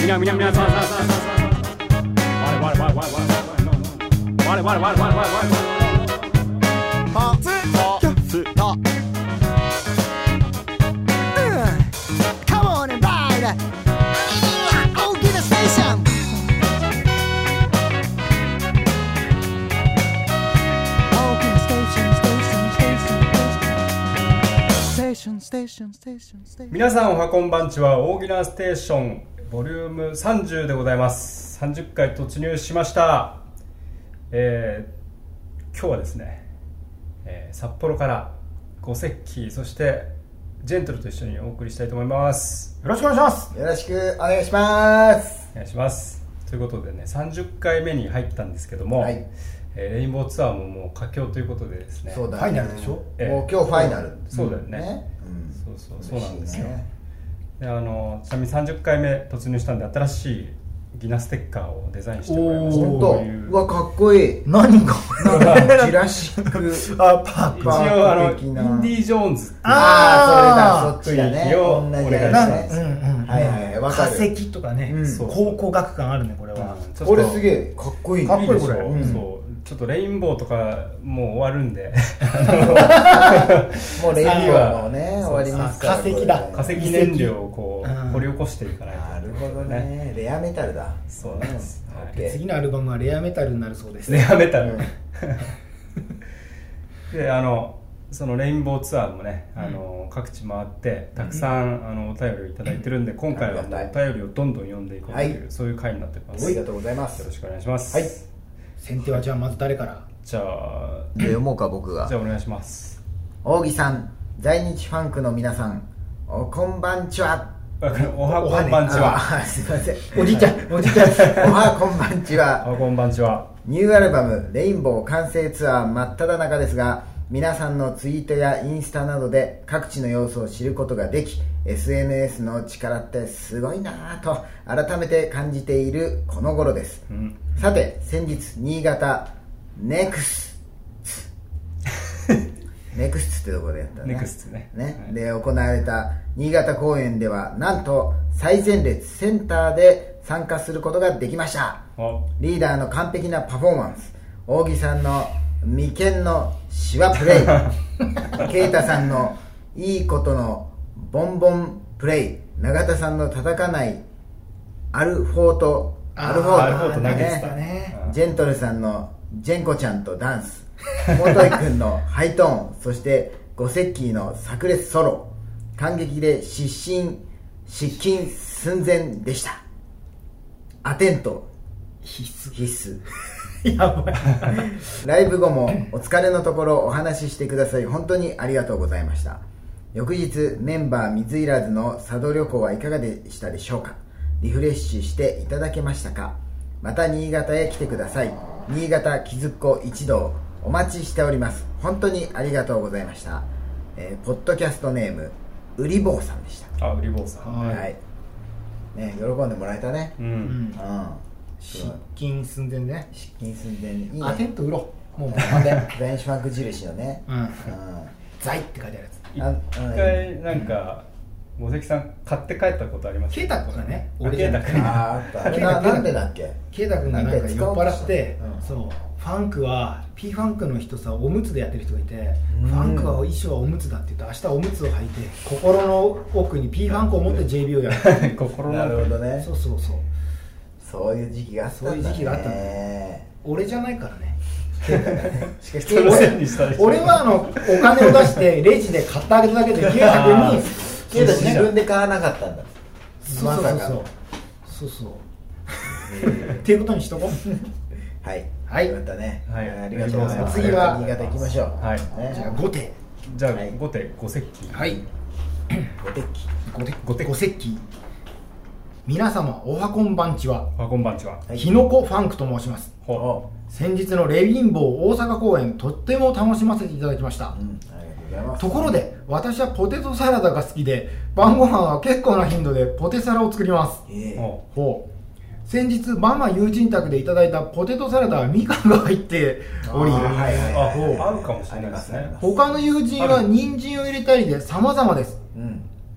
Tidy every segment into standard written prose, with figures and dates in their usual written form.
皆さんおはこんばんちは。大喜利ステーションボリューム30でございます。30回突入しました。今日はですね、札幌から五石器、そしてジェントルと一緒にお送りしたいと思います。 よろしくお願いします。 よろしくお願いします。 お願いします。ということでね、30回目に入ったんですけども、はい、レインボーツアーももう佳境ということでですね。 そうだね、 ファイナルでしょ、 もう今日ファイナル、 そうだよね、そうなんですよ。でちなみに30回目突入したんで、新しいギナステッカーをデザインしてもらいました。 うわ、かっこいい。 何かジュラシック一応インディ・ジョーンズっていう、 それだ、そっちだね。 同じやつね。はいはい、わかる。 化石とかね、考古学感あるね、これは。 これすげえかっこいい。 かっこいいこれ。 そう、ちょっとレインボーとかもう終わるんでもうレインボーもね終わりますから。 化石だ。 化石燃料をこう掘り起こしていかないと。 なるほどね。レアメタルだ。 そうなんです。 次のアルバムはレアメタルになるそうです。 レアメタルで、そのレインボーツアーもね、各地回ってたくさんお便りをいただいてるんで、今回はお便りをどんどん読んでいこうという、そういう回になっています。 ありがとうございます。 よろしくお願いします。 はい。 先手はじゃあまず誰から？ じゃあ読もうか、僕が。 じゃあお願いします。 大木さん、在日ファンクの皆さん、おこんばんちは。 おはこんばんちは。 すいません、 おじいちゃんおはこんばんちは。 おはこんばんちは。 ニューアルバムレインボー完成ツアー真っ只中ですが、皆さんのツイートやインスタなどで各地の様子を知ることができ、 SNS の力ってすごいなぁと改めて感じているこの頃です、さて先日新潟ネクスってとこでやったね。 ネクスね、 はい、で行われた新潟公演では、なんと最前列センターで参加することができました。リーダーの完璧なパフォーマンス、大木さんの眉間のシワプレイ啓太さんのいいことのボンボンプレイ、永田さんの叩かないアルフォートね、 ジェントルさんのジェンコちゃんとダンス、モトイ君のハイトーン、そしてゴセッキーの炸裂ソロ、感激で失禁寸前でした。アテント必須やばいライブ後もお疲れのところお話ししてください、本当にありがとうございました。翌日メンバー水入らずの佐渡旅行はいかがでしたでしょうか。リフレッシュしていただけましたか。また新潟へ来てください。新潟木津っ子一同お待ちしております。本当にありがとうございました。ポッドキャストネームうりぼうさんでした。 うりぼうさん、 はい、ね、喜んでもらえたね。 失禁寸前ね。 失禁寸前いいね。 アテント売ろう。もう在日ファンク印のね、 在って書いてあるやつ。 一回なんか五関さん買って帰ったことあります？ ケイタ君がね、 俺じゃなくて、 あったなんでだっけ。 ケイタ君がなんか酔っ払って、そうファンクは P ファンクの人さ、おむつでやってる人がいて、ファンクは衣装はおむつだって言って、明日おむつを履いて心の奥に P ファンクを持って JB をやる心のなるほどね。 そういう時期があったんだね。そういう時期があったんだね。 俺じゃないからね。 しかし俺はお金を出してレジで買ってあげただけで、ケイタ君に自分で買わなかったんだ。 そうっていうことにしとこう。 はい、よかったね。ありがとうございます。 次は新潟行きましょう。 じゃあ5手。 じゃあ5手五石器。 はい。五石器。皆様おはこんばんちは。 おはこんばんちは。 きのこファンクと申します。先日のレインボー大阪公演、とっても楽しませていただきました。ところで私はポテトサラダが好きで、晩ご飯は結構な頻度でポテサラを作ります。先日ママ友人宅でいただいたポテトサラダはみかんが入っており、 合うかもしれないですね。 他の友人は人参を入れたりで様々です。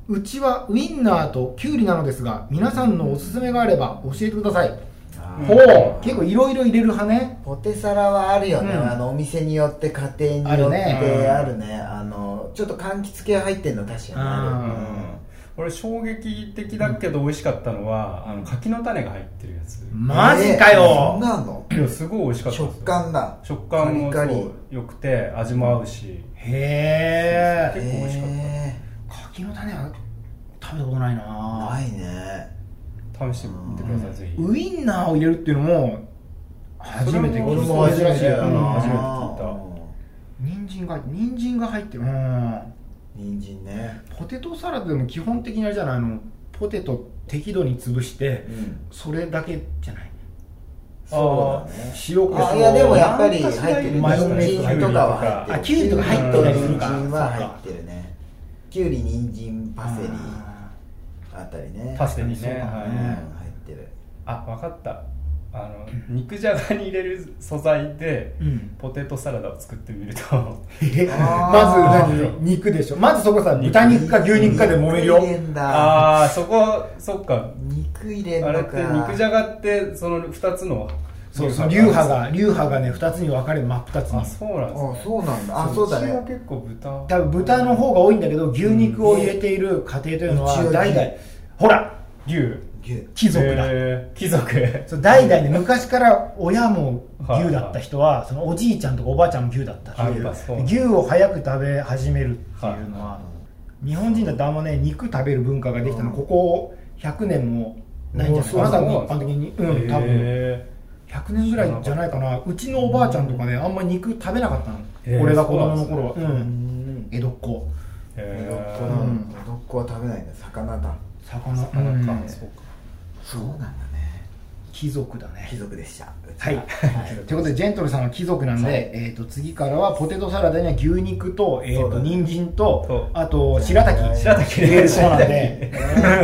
うちはウインナーとキュウリなのですが、皆さんのおすすめがあれば教えてください。ほう、結構いろいろ入れる派ね。 ポテサラはあるよね、お店によって家庭によってあるね、ちょっと柑橘系入ってるの確かにある。 俺衝撃的だけど美味しかったのは柿の種が入ってるやつ。 マジかよ。 そんなの？ いやすごい美味しかった。 食感だ。 食感も良くて味も合うし、 へえ、 結構美味しかった。 柿の種は食べたことないな。 ないね。 試してみてください、ぜひ。 ウインナーを入れるっていうのも初めて聞いた。 俺も初めて聞いた。 初めて聞いた。 人参が入ってる。 人参ね。 ポテトサラダでも基本的にあれじゃないの、ポテト適度に潰して、それだけじゃない。 そうだね。 塩コショウ。 いやでもやっぱり入ってる。 マヨネーズとかは入ってる。 キュウリとか入ってたりするか。 人参は入ってるね。キュウリ、人参、パセリあたりね。 パセリね。 入ってる。 あ、分かった。肉じゃがに入れる素材でポテトサラダを作ってみるとまず肉でしょ。まずそこさ、豚肉か牛肉かで揉めるよ。 ああ、そっか。 肉入れんのか。 あれって肉じゃがってその2つの流派がね2つに分かれる。真っ二つに。 あ、そうなんですね。 あ、そうなんだ。あ、そうだね。 うちは結構豚。 多分豚の方が多いんだけど、牛肉を入れている家庭というのは代々、ほら、貴族だ。 貴族。 代々ね、昔から親も牛だった人は、そのおじいちゃんとかおばあちゃんも牛だったし、牛を早く食べ始めるっていうのは、日本人だとあんまね、肉食べる文化ができたのここ100年もないんじゃないかな。一般的に多分100年ぐらいじゃないかな。うちのおばあちゃんとかね、あんまり肉食べなかったの。俺が子供の頃は。江戸っ子。 江戸っ子は食べないんだ。魚だ。 魚か。そうか。 そうなんだね。 貴族だね。 貴族でした。 はい。ということでジェントルさんは貴族なんで、次からはポテトサラダには牛肉と人参とあと白滝入れるそうなんで。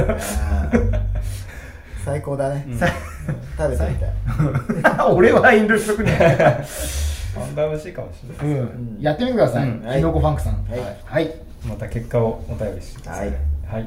最高だね。食べてみたい。 俺は遠慮しとくね。 案外美味しいかもしれない。 やってみてください。キノコファンクさん。はい。 また結果をお便りしてください。はい。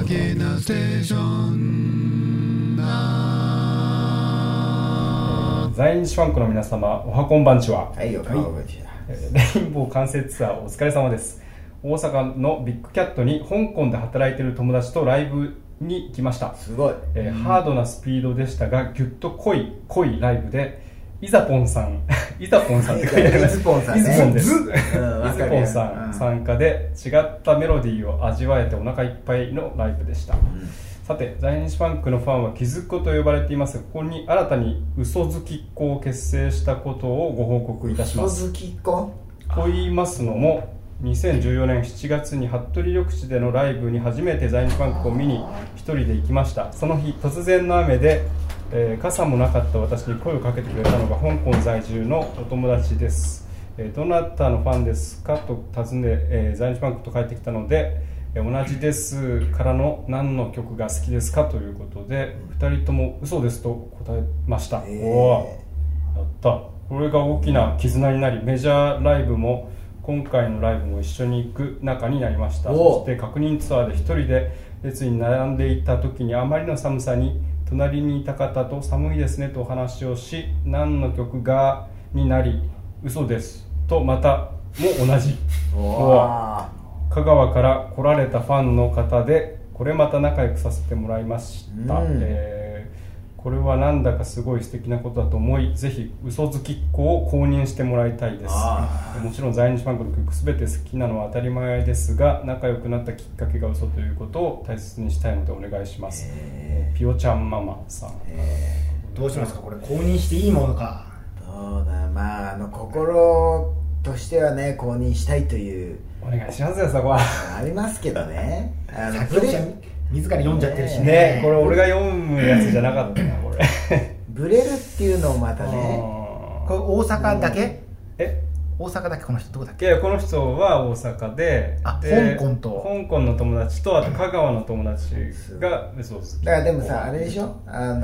在日ファンクの皆様、おはこんばんちは。 はい、おはこんばんちは。 レインボー完成ツアーお疲れ様です。大阪のビッグキャットに香港で働いている友達とライブに来ました。 すごい。 ハードなスピードでしたが、ぎゅっと濃いライブで、イザポンさんって書いてあります。イズポンです。イズポンさん参加で違ったメロディーを味わえてお腹いっぱいのライブでした。さて、在日ファンクのファンはキズっ子と呼ばれていますが、ここに新たに嘘好きっ子を結成したことをご報告いたします。 嘘好きっ子と言いますのも、2014年7月に服部緑地でのライブに初めて在日ファンクを見に一人で行きました。その日、突然の雨で、傘もなかった私に声をかけてくれたのが香港在住のお友達です。どなたのファンですかと尋ね、在日ファンクと帰ってきたので、同じですからの何の曲が好きですかということで、2人とも嘘ですと答えました。おー、やった。これが大きな絆になり、メジャーライブも今回のライブも一緒に行く仲になりました。そして確認ツアーで一人で列に並んでいた時に、あまりの寒さに隣にいた方と寒いですねとお話をし、何の曲がになり、嘘ですとまたも同じ。香川から来られたファンの方で、これまた仲良くさせてもらいました。これはなんだかすごい素敵なことだと思い、ぜひ嘘好きっ子を公認してもらいたいです。もちろん在日ファンクの曲すべて好きなのは当たり前ですが、仲良くなったきっかけが嘘ということを大切にしたいのでお願いします。ピオちゃんママさん。 どうしますか、これ公認していいものか。 どうだ、まあ心としてはね、公認したいというお願いしますよ、そこはありますけどね。 作者自ら読んじゃってるしね。これ俺が読むやつじゃなかったな、これブレるっていうのもまたね。 これ大阪だけ？大阪だけ？この人どこだっけ？ いや、この人は大阪で、 香港の友達と、あと香川の友達がそうです。 だからでもさ、あれでしょ、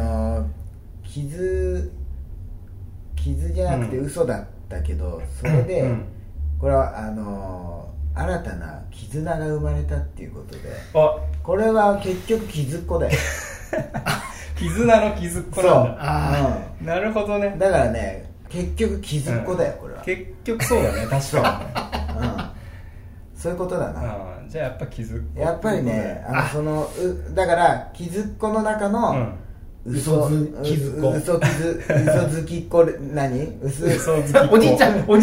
傷じゃなくて嘘だったけど、それで、これは新たな絆が生まれたっていうことで、 これは結局キズっ子だよ絆のキズっ子なんだ。 あ、 なるほどね。 だからね結局キズっ子だよ、これは結局そうだね、確かに、そういうことだな。 じゃあやっぱキズっ子、 やっぱりね、だからキズっ子の中の、嘘好きっ子おじいちゃん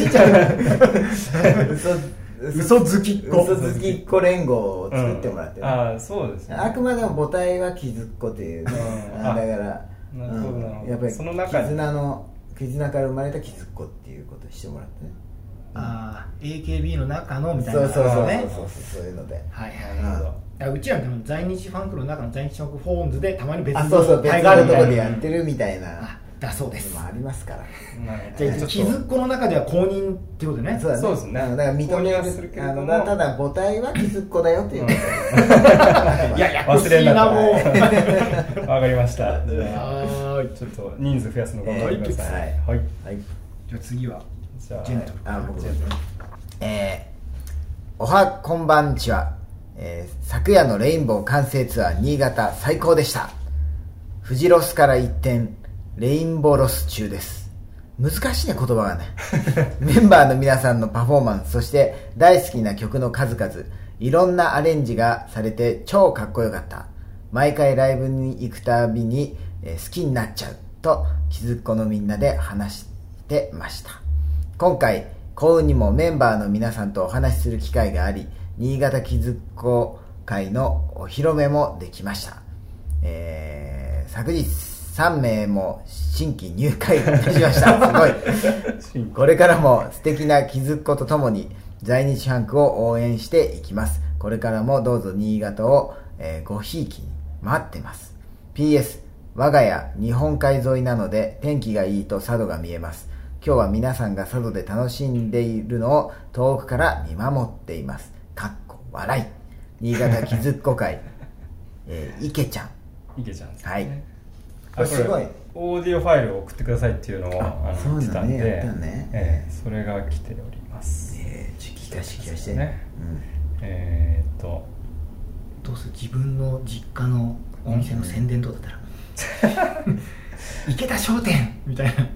嘘好きっ子連合を作ってもらってね、 そうですね。 あくまでも母体はキズっ子っていうね、だからやっぱり絆から生まれたキズっ子っていうことにしてもらってね、 AKB の中のみたいな、 そういうので、 うちらの在日ファンクの中の在日ファンクフォーンズでたまに別の別のとこでやってるみたいなだそうです。 ありますから。 じゃあキズっ子の中では公認ってことね。 そうですね。だから認めるけども、ただ母体はキズっ子だよっていう。 いや忘れなもう。 わかりました。ちょっと人数増やすの頑張りください。はい。 じゃあ次はジェントル。 僕おはこんばんちは。昨夜のレインボー完成ツアー新潟最高でした。フジロスから一転レインボーロス中です。難しいね、言葉がねメンバーの皆さんのパフォーマンス、そして大好きな曲の数々、いろんなアレンジがされて超かっこよかった。毎回ライブに行くたびに、好きになっちゃうとキズっ子のみんなで話してました。今回幸運にもメンバーの皆さんとお話しする機会があり、新潟キズっ子会のお披露目もできました。昨日3名も新規入会いたしましたすごいこれからも素敵なキズっ子とともに在日ファンクを応援していきます。これからもどうぞ新潟を、ごひいきに待ってます。 PS 我が家日本海沿いなので天気がいいと佐渡が見えます。今日は皆さんが佐渡で楽しんでいるのを遠くから見守っています。かっこ笑い。新潟キズっ子会池ちゃんですね。 はい。 これすごいオーディオファイルを送ってくださいっていうのを言ってたんで、それが来ております。 聞かしてね。 どうする、自分の実家のお店の宣伝とだったら池田商店みたいな新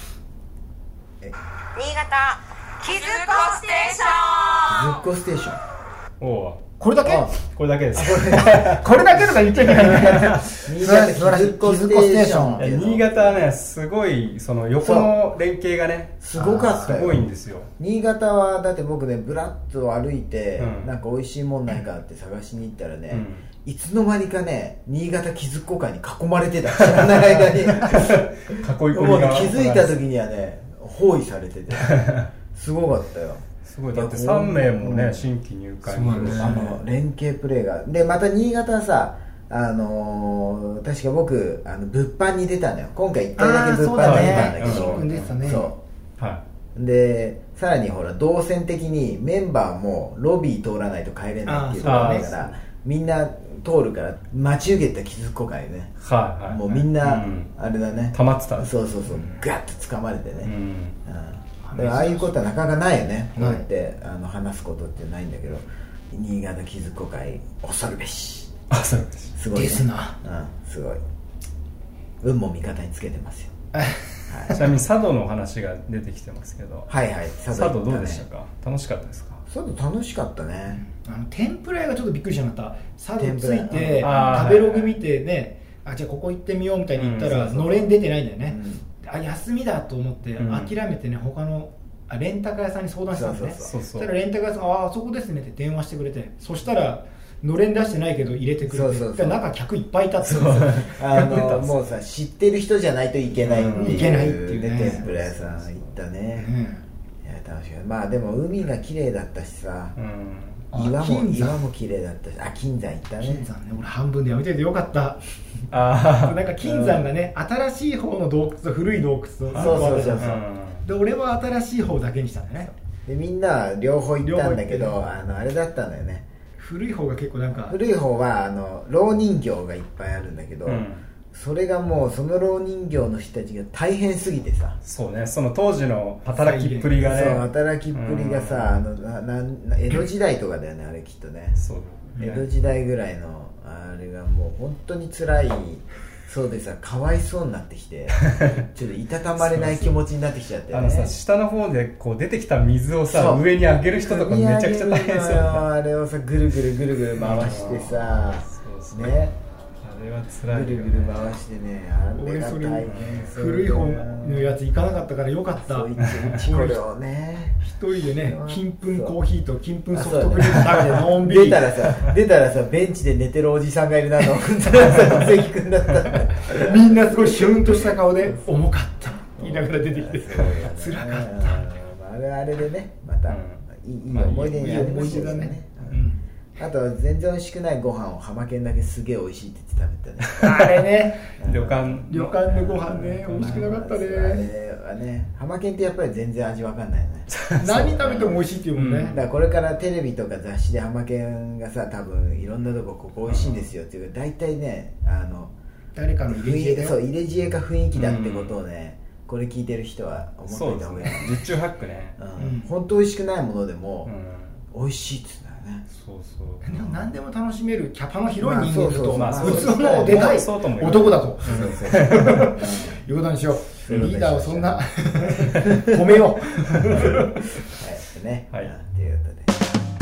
潟キズっ子ステーション。 キズっ子ステーション。 これだけ？ これだけです。 これだけとか言っちゃいけない。 新潟キズっ子ステーション。 新潟はね、すごいその横の連携がね、 すごかったよ。 すごいんですよ。 新潟はだって僕ね、ブラッと歩いて、なんか美味しいもんないかって探しに行ったらね、いつの間にかね、新潟キズっ子会に囲まれてた。知らない間に囲い込みが気づいた時にはね、包囲されててすごかったよ。 すごい。だって3名もね、新規入会も連携プレーがで、また新潟はさ、確か僕物販に出たのよ。今回1回だけ物販に出たんだけど、でさらにほら動線的にメンバーもロビー通らないと帰れないっていうのがあるから、みんな通るから待ち受けたキズっ子会ね、もうみんなあれだね、 溜まってた。 そうガッと掴まれてね、だからああいうことはなかなかないよね。こうやって話すことってないんだけど、新潟キズっ子会恐るべし。すごいね。 ですな。 すごい。運も味方につけてますよ。 ちなみに佐渡の話が出てきてますけど、佐渡どうでしたか？楽しかったですか？ 佐渡楽しかったね。 天ぷら屋がちょっとびっくりしなかった。佐渡着いて食べログ見てね、じゃあここ行ってみようみたいに言ったらのれん出てないんだよね。休みだと思って諦めてね、他のレンタカー屋さんに相談したんですね。そしたらレンタカー屋さん、あそこですねって電話してくれて、そしたらのれん出してないけど入れてくれて、中客いっぱいいたってもうさ、知ってる人じゃないといけないっていうね。天ぷら屋さん行ったね。いや楽しかった。まあでも海が綺麗だったしさ、岩も綺麗だったし、金山行ったね。 金山ね、俺半分でやめててよかった。なんか金山がね、新しい方の洞窟と古い洞窟と、で俺は新しい方だけにしたんだね。 でみんな両方行ったんだけど、あれだったんだよね。 古い方が結構なんか、 古い方は蝋人形がいっぱいあるんだけど、それがもうその蝋人形の人たちが大変すぎてさ、 そうね、その当時の働きっぷりがね、 働きっぷりがさ、江戸時代とかだよね、あれきっとね。 そう江戸時代ぐらいのあれがもう本当に辛いそうでさ、かわいそうになってきてちょっといたたまれない気持ちになってきちゃって、ね、 さ下の方でこう出てきた水をさ上に上げる人とかめちゃくちゃ大変そうあれをさぐるぐるぐるぐる回してさそうね、 あれは辛いよね、 ぐるぐる回してね、あれが大変古い本のやつ行かなかったからよかった。 そうこれをね一人でね、金粉コーヒーと金粉ソフトクリーム食べてのんびり出たらさベンチで寝てるおじさんがいるなの関君だったみんなすごいシュンとした顔で重かった言いながら出てきて辛かった。 あれあれでねまた、いい思い出になりましたね。あと全然美味しくないご飯を浜県だけすげえ美味しいって言って食べたね。 あれね旅館のご飯ね美味しくなかったね。あれはね、浜県ってやっぱり全然味わかんないよね何食べても美味しいっていうもんね、 だからこれからテレビとか雑誌で浜県がさ多分いろんなとここ美味しいんですよっていうか大体ね誰かの入れ知恵だよ。 そう入れ知恵か雰囲気だってことをね、これ聞いてる人は思っておいた方がいい。 十中八九ね、 本当美味しくないものでも、美味しいって言うんだよね。 そうそうでも何でも楽しめるキャパの広い人間だと、 まあ普通のでかい男だということにしよう。リーダーをそんな褒めようはいね、はい、ということで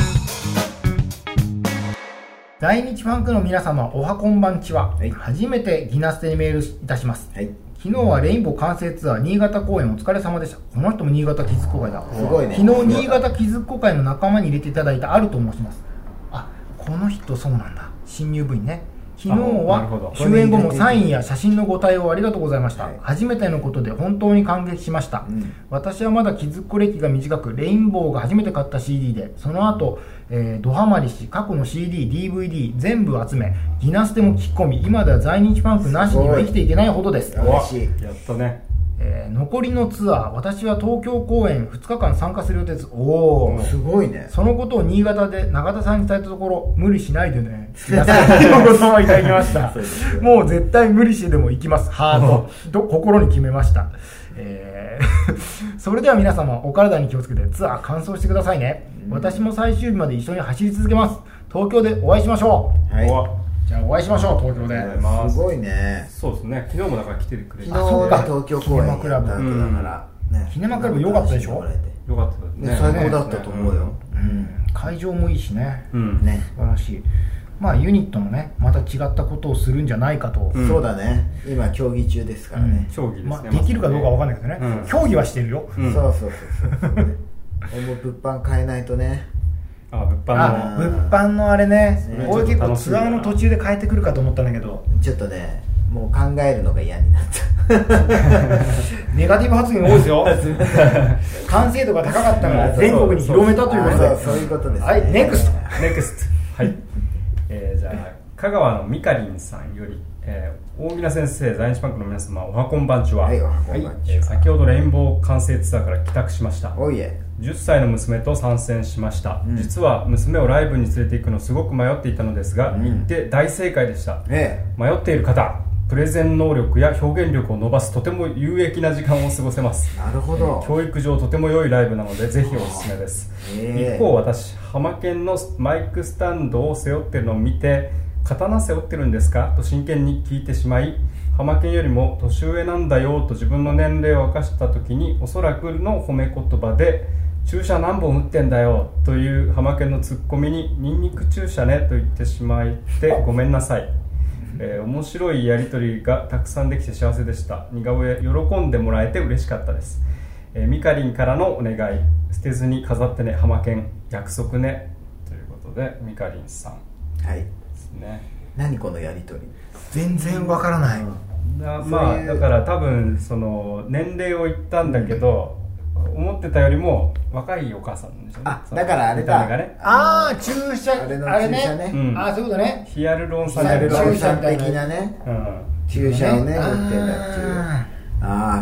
在日ファンクの皆様おはこんばんちは、はい、初めてギナステにメールいたします、はい、昨日はレインボー完成ツアー新潟公演お疲れ様でした。この人も新潟キズッコ会だ。 すごいね。 昨日新潟キズッコ会の仲間に入れていただいたあると申します。あ、この人そうなんだ。新入部員ね。昨日は終演後もサインや写真のご対応ありがとうございました、はい、初めてのことで本当に感激しました、私はまだキズッコ歴が短くレインボーが初めて買った CD でその後、ドハマりし過去の CD、DVD 全部集めギナステも聞き込み今では在日ファンクなしには生きていけないほどです。 嬉しい。 やったね。 残りのツアー私は東京公演2日間参加する予定です。おおすごいね。 そのことを新潟で永田さんに伝えたところ無理しないでね皆さんのご相談いただきましたもう絶対無理してでも行きますハートと心に決めました、それでは皆様お体に気をつけてツアー完走してくださいね、私も最終日まで一緒に走り続けます。東京でお会いしましょう。はい、じゃあお会いしましょう東京で。 すごいね。 そうですね。昨日もだから来てくれて。 昨日が東京公演やった後だからキネマクラブ良かったでしょ。 良かったね。 最高だったと思うよ。 会場もいいしね。ね素晴らしい。まあユニットもねまた違ったことをするんじゃないかと。 そうだね。今競技中ですからね。 競技ですね。 できるかどうかわかんないけどね。競技はしてるよ。 そうそうそうそう。もう物販変えないとね。 物販のあれね、俺結構ツアーの途中で変えてくるかと思ったんだけどちょっとねもう考えるのが嫌になったネガティブ発言多いですよ完成度が高かったから全国に広めたということでそういうことですね。 はいネクストはい、じゃあ香川のみかりんさんより、大木先生在日ファンクの皆様おはこんばんちは。はい、おはこんばんちは。先ほどレインボー完成ツアーから帰宅しました。 おいえ 10歳の娘と参戦しました、実は娘をライブに連れて行くのすごく迷っていたのですが、行って大正解でした、迷っている方プレゼン能力や表現力を伸ばすとても有益な時間を過ごせます。 なるほど、 教育上とても良いライブなのでぜひおすすめです、一方私浜県のマイクスタンドを背負っているのを見て刀背負ってるんですかと真剣に聞いてしまい浜県よりも年上なんだよと自分の年齢を明かした時におそらくの褒め言葉で注射何本打ってんだよという浜県のツッコミにニンニク注射ねと言ってしまってごめんなさい、面白いやり取りがたくさんできて幸せでした。似顔絵喜んでもらえて嬉しかったです、みかりんからのお願い捨てずに飾ってね浜県約束ねということでみかりんさんはいですね。 何このやり取り全然わからない、 まあだから多分その年齢を言ったんだけど、思ってたよりも若いお母さんなんでしょうね。 だからあれだ、 注射あれね、そういうことね。 ヒアルロン酸的なね、注射をね打ってたっていう。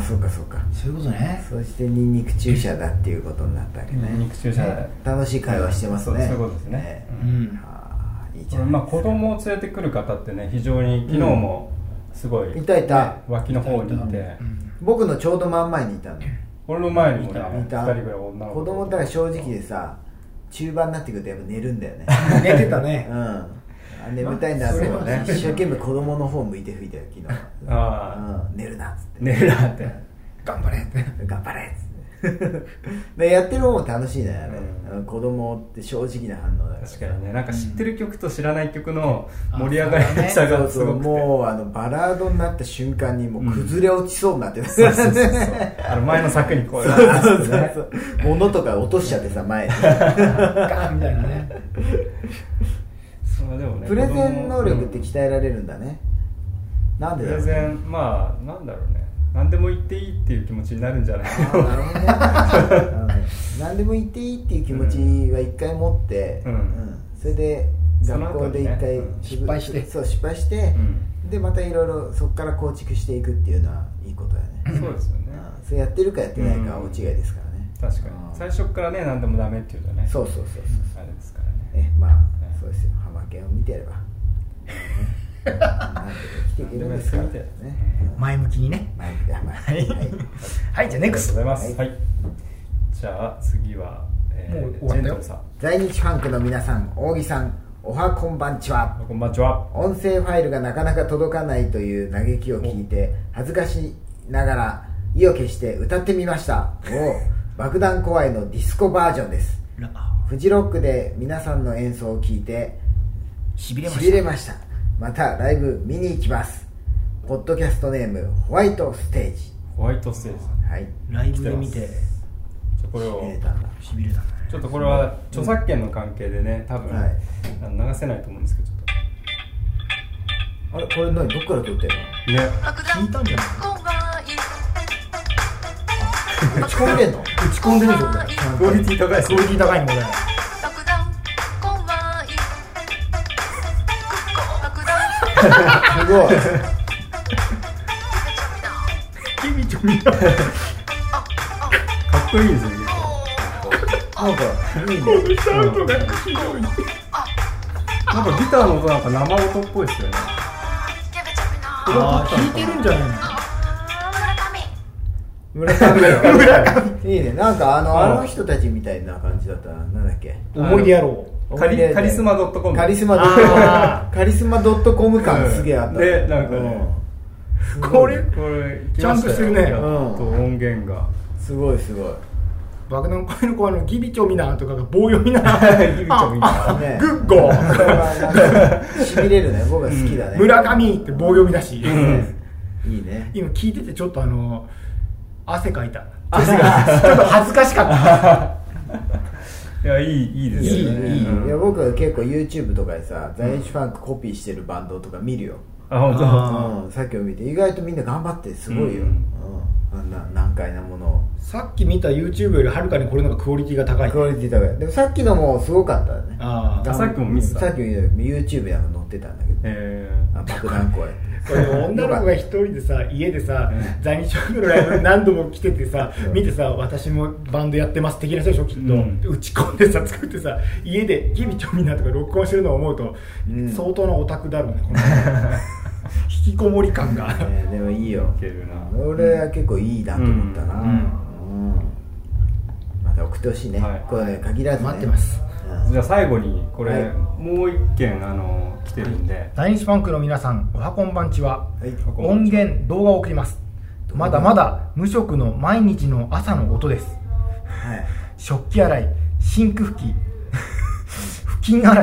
そうかそうか、 そういうことね。 そしてニンニク注射だっていうことになったわけね。 ニンニク注射楽しい会話してますね。 そういうことですね。 いいじゃないですか。 子供を連れてくる方ってね非常に昨日もすごいいた脇の方にいて、 僕のちょうど真ん前にいたの。 俺の前にもね2人ぐらい女の子。 子供だから正直でさ中盤になってくるとやっぱ寝るんだよね。 寝てたね。 眠たいんだって一生懸命子供の方向いて吹いたよ昨日。寝るなっつって。 寝るなって。 頑張れって。 頑張れっつって。でやってる方も楽しいねあれ、子供って正直な反応だから。 確かにね、なんか知ってる曲と知らない曲の盛り上がり差がすごくて、 もうバラードになった瞬間にもう崩れ落ちそうになってる。 前の柵にこう物とか落としちゃってさ前にガンみたいなね。 でもね、 プレゼン能力って鍛えられるんだね。なんでだろうね。 プレゼン、まあなんだろうね、何でも言っていいっていう気持ちになるんじゃないかな。 なるほどね。何でも言っていいっていう気持ちは一回持って、それで学校で一回失敗して、 失敗して、でまたいろいろそこから構築していくっていうのはいいことだね。 そうですよね。 それやってるかやってないかは大違いですからね。 確かに最初からね何でもダメっていうとね、 そうあれですからね。 まあそうですよ。ハマケンを見てればなんで生きていけるんですからね。 前向きにね。はい、じゃあネクスト。 ありがとうございます。はい。じゃあ次はもう終わったよ。 在日ファンクの皆さん、大木さん、おはこんばんちは。 こんばんちは。 音声ファイルがなかなか届かないという嘆きを聞いて恥ずかしながら意を決して歌ってみました。爆弾怖いのディスコバージョンです。フジロックで皆さんの演奏を聞いてしびれました。またライブ見に行きます。ポッドキャストネームホワイトステージ。 ホワイトステージさん。 はい。ライブで見てこれをしびれたんだね。 ちょっとこれは著作権の関係でね、多分流せないと思うんですけど、ちょっとあれこれ何どっから撮ってんの？ね。 聞いたんじゃない？ 打ち込んでんの？ 打ち込んでるぞこれ。 クオリティ高いです。 クオリティ高いんだね。 すごい。 君ちょみんな。 かっこいいですね。 なんかいいね。 なんかギターの音なんか生音っぽいですよね。 弾いてるんじゃないの？ 村上いいね。なんかあの人たちみたいな感じだったな。なんだっけ？ 思い出やろう。 カリスマ .com カリスマ .com 感すげえあった。 でなんかね、 これちゃんとしてるね。 音源がすごい。 爆弾超える子ギビチョミナーとかが棒読みな。 ギビチョミナー。 グッゴー。 しびれるね。僕は好きだね。 村上って棒読みだし。いいね。 今聞いててちょっと汗かいた。ちょっと恥ずかしかった。 いやいいですよね。 いや僕は結構 YouTube とかでさ、在日ファンクコピーしてるバンドとか見るよ。 本当。 さっきを見て意外とみんな頑張ってすごいよ。あんな難解なものを。 さっき見た YouTube よりはるかにこれの方がクオリティが高い。 クオリティ高い。でもさっきのもすごかったね。 さっきも見てた。 さっき YouTube で載ってたんだけど。爆弾怖い。 これ女の子が一人でさ家でさ在日ファンクのライブ何度も来ててさ見てさ私もバンドやってます的な人でしょきっと、打ち込んでさ作ってさ家でギビチョミナーとか録音してるのを思うと、相当なオタクだろうねこの引きこもり感が、 でもいいよ。俺は結構いいなと思ったな。また送ってほしいね。これ限らず待ってます。 じゃあ最後にこれもう一件来てるんで、 在日ファンクの皆さんおはこんばんちは。音源動画を送ります。まだまだ無職の毎日の朝の音です。食器洗い、シンク拭き、布巾洗い、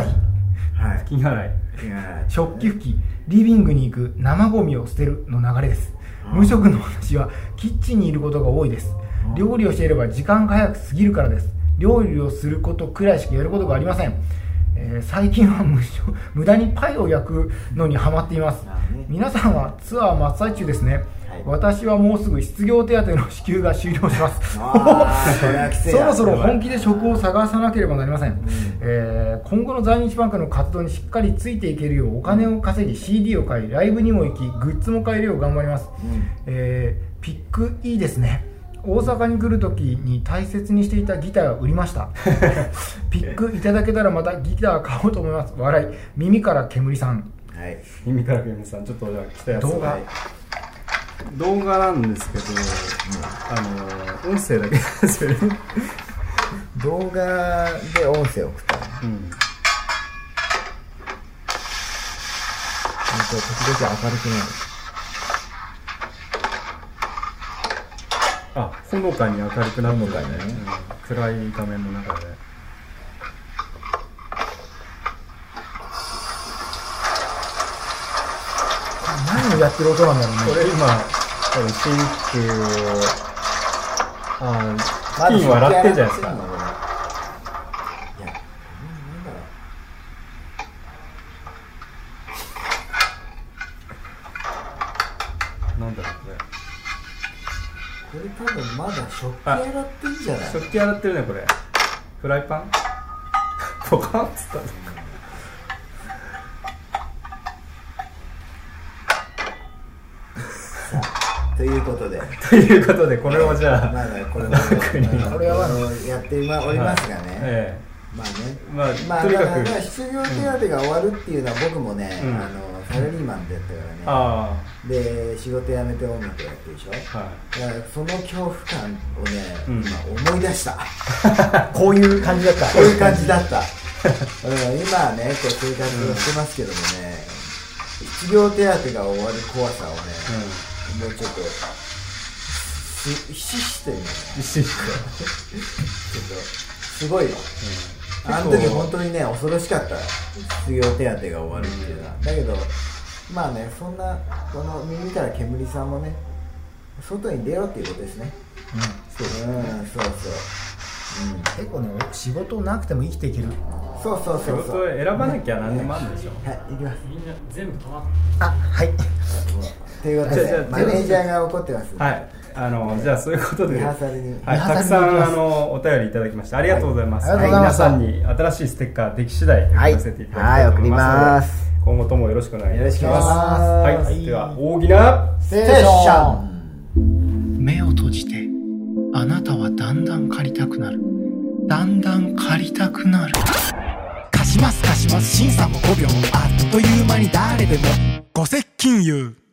食器拭き、リビングに行く、生ゴミを捨てるの流れです。無職の私はキッチンにいることが多いです。料理をしていれば時間が早く過ぎるからです。料理をすることくらいしかやることがありません。最近は無駄にパイを焼くのにハマっています。皆さんはツアー真っ最中ですね。私はもうすぐ失業手当の支給が終了します。そろそろ本気で職を探さなければなりません。今後の在日ファンクの活動にしっかりついていけるようお金を稼ぎ CD を買いライブにも行きグッズも買えるよう頑張ります。ピックいいですね。大阪に来るときに大切にしていたギターを売りました。ピックいただけたらまたギター買おうと思います。笑い。耳から煙さん。 耳から煙さん、ちょっとじゃあ来たやつ動画なんですけど、音声だけですよね。 動画で音声を送ったの、時々明るくなる。 あ、ほのかに明るくなるのかね、暗い画面の中で。 何をやってる音なんだろうね。 これ今多分シンクを布巾を洗ってんじゃないですか。なんだろうこれ多分まだ食器洗ってんじゃない？ 食器洗ってるねこれ。フライパン？ポカンっつったの。 ということでこれをじゃあまだこれはやっておりますがね、まあとにかく失業手当が終わるっていうのは僕もね、サラリーマンだったからね。で仕事辞めて音楽やってるでしょ、だからその恐怖感をね、今思い出したこういう感じだった。 今はねこう生活をしてますけどもね、失業手当が終わる怖さをね、もうちょっとひしひしというのね、ちょっとすごいよ、あの時本当にね恐ろしかった、失業手当が終わるっていうのは。だけどまあね、そんなこの耳から煙さんもね、外に出ろっていうことですね。そうそう、 結構ね、仕事なくても生きていける。 そう仕事を選ばなきゃ何でもあるんでしょ。 はい、行きます。 みんな全部止まっはい。 ということでマネージャーが怒ってます。 はい。じゃあそういうことで、 リハーサルに、 たくさんお便りいただきましてありがとうございます。皆さんに新しいステッカーでき次第送らせていただきたいと思いますので、今後ともよろしくお願いいたします。はい。では大きなステーション。目を閉じて、あなたはだんだん借りたくなる。だんだん借りたくなる。貸します審査も5秒、あっという間に誰でもご接近言う。